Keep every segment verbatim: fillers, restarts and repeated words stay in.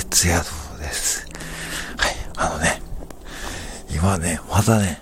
ツヤドです。はい、あのね、今ね、またね、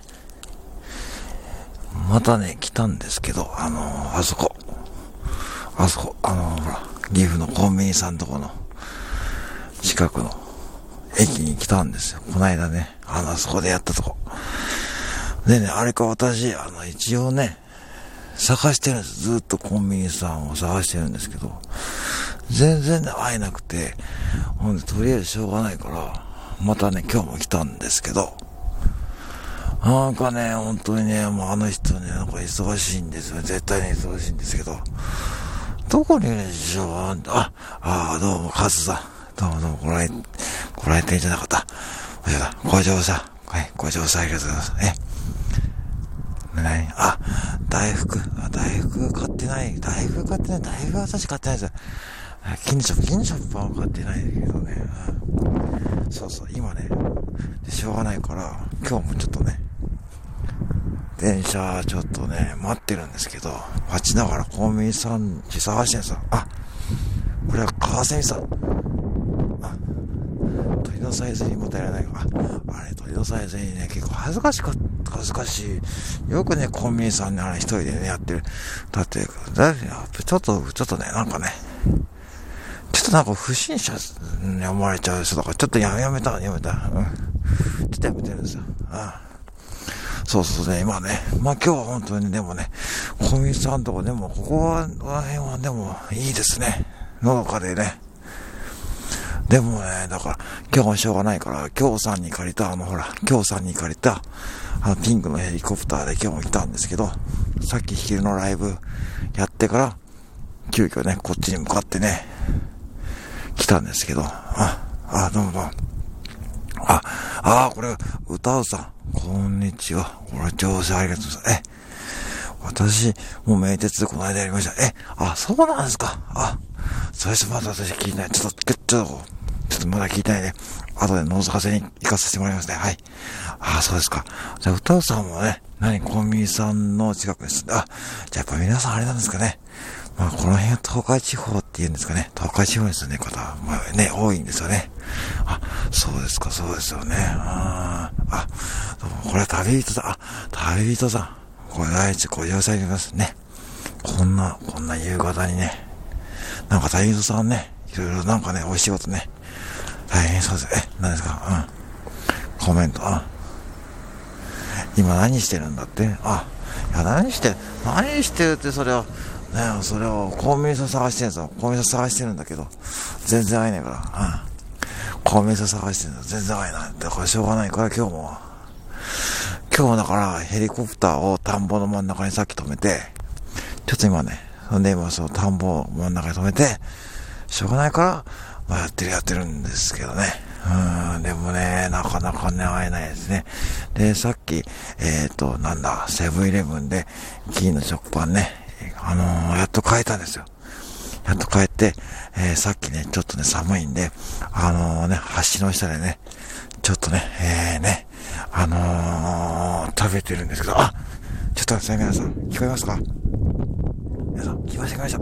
またね、来たんですけど、あのー、あそこ、あそこ、あのー、ほら、岐阜のコンビニさんとこの、近くの駅に来たんですよ。この間ね、あの、あそこでやったとこ。でね、あれか私、あの、一応ね、探してるんです。ずっとコンビニさんを探してるんですけど、全然ね、会えなくて、ほんで、とりあえずしょうがないから、またね、今日も来たんですけど、なんかね、本当にね、もうあの人ね、なんか忙しいんですよ。絶対に忙しいんですけど、どこにいるんでしょう。あ、ああ、どうも、カズさん。どうもどうも、ご来、ご来店じゃなかった。ご乗車。はい、ご乗車ありがとうございます。え。何あ、大福。あ、大福買ってない。大福買ってない。大福は私買ってないですよ。金ショップ、金ショップは買ってないけどね。うん、そうそう、今ね、しょうがないから、今日もちょっとね、電車ちょっとね、待ってるんですけど、待ちながらコンビニさんち探してるんですよ。あ、これは川蝉さん。あ、鳥のさえずりもたれないか。あれ、鳥のさえずりね、結構恥ずかしかった、恥ずかしい。よくね、コンビニさんね、あれ一人でね、やってる。だって、だちょっと、ちょっとね、なんかね、ちょっとなんか不審者に思われちゃう人だから、ちょっとやめ、やめた、やめた。うん。ちょっとやめてるんですよ。ああ、そうそうね、今ね。まあ今日は本当にでもね、コンビニさんとかでも、ここは、この辺はでもいいですね。のどかでね。でもね、だから、今日はしょうがないから、今日さんに借りた、あのほら、今日さんに借りた、あのピンクのヘリコプターで今日も来たんですけど、さっき昼のライブやってから、急遽ね、こっちに向かってね、来たんですけど、あ、あ、どうもどうも。あ、あ、これ、歌うさん。こんにちは。これ、乗車ありがとうございます。え、私、もう名鉄でこの間やりました。え、あ、そうなんですか。あ、最初まだ私聞いてない。ちょっと、ちょっと、ちょっとまだ聞いてないね。後で覗かせに行かせてもらいますね。はい。あ、そうですか。じゃあ、歌うさんもね、何、コンビニさんの近くです。あ、じゃあやっぱ皆さんあれなんですかね。まあ、この辺は東海地方って言うんですかね。東海地方ですよね、方。まあね、多いんですよね。あ、そうですか、そうですよね。ああ、どうもこれは旅人だ。あ、旅人さん。これ第一ご乗車いただきますね。こんな、こんな夕方にね。なんか旅人さんね、いろいろなんかね、美味しいことね。大変そうです。え、何ですか。うん。コメント。あ、今何してるんだって。あ、いや、何して、何してるって、それは、ね、それをコンビニさん探してるんですよ。コンビニさん探してるんだけど、全然会えないから。うん。コンビニさん探してるんだ。全然会えない。だからしょうがないから今日も。今日だからヘリコプターを田んぼの真ん中にさっき止めて、ちょっと今ね、そんで今その田んぼを真ん中に止めて、しょうがないから、まあやってるやってるんですけどね。うん、でもね、なかなかね、会えないですね。で、さっき、えっと、なんだ、セブンイレブンで、銀の食パンね、あのー、やっと買えたんですよ。やっと帰って、えー、さっきね、ちょっとね、寒いんで、あのー、ね、橋の下でね、ちょっとね、えー、ね、あのー、食べてるんですけど、あ、ちょっと待ってください、皆さん、聞こえますか？皆さん、来ました、来ました。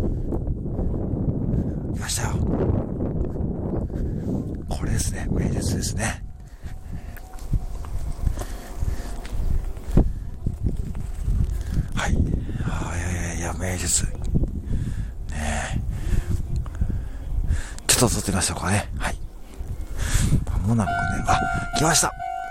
来ましたよ。これですね、名実ですね。はい。あ、いやいやいや、名実。ねえ。ちょっと撮ってみましょうかね。はい。まもなくね、あ、来ました。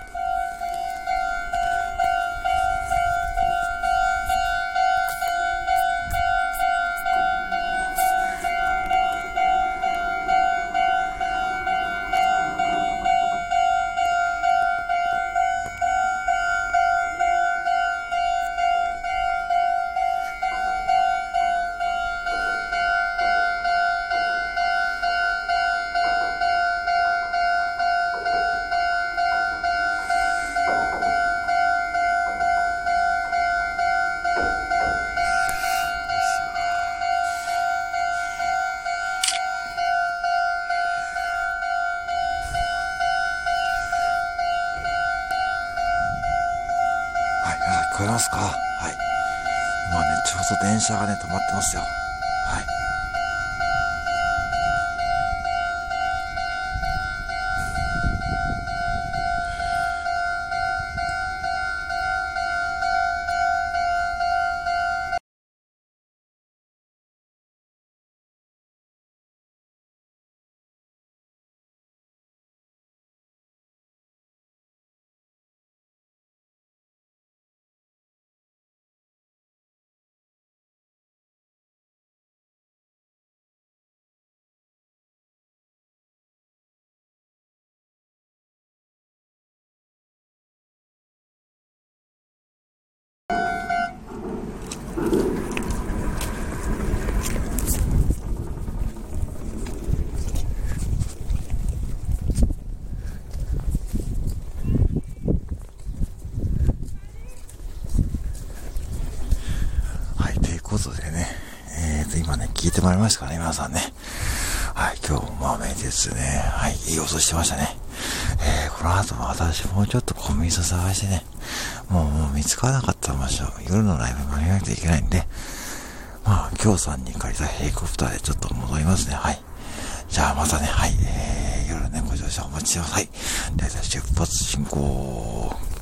はい、皆さん聞こえますか？はい。今ね、ちょうど電車がね、止まってますよ。はい。 今ね、聞いてもらいましたかね、皆さんね。はい、今日も豆ですね。はい、いい音してましたね。えー、この後私もうちょっとコンビニさ探してね、もう、もう見つからなかった場所、夜のライブに間に合わなきゃいけないんで、まあ、今日さんに借りたヘリコプターでちょっと戻りますね。はい。じゃあまたね、はい、えー、夜ね、ご乗車お待ちください。では出発進行。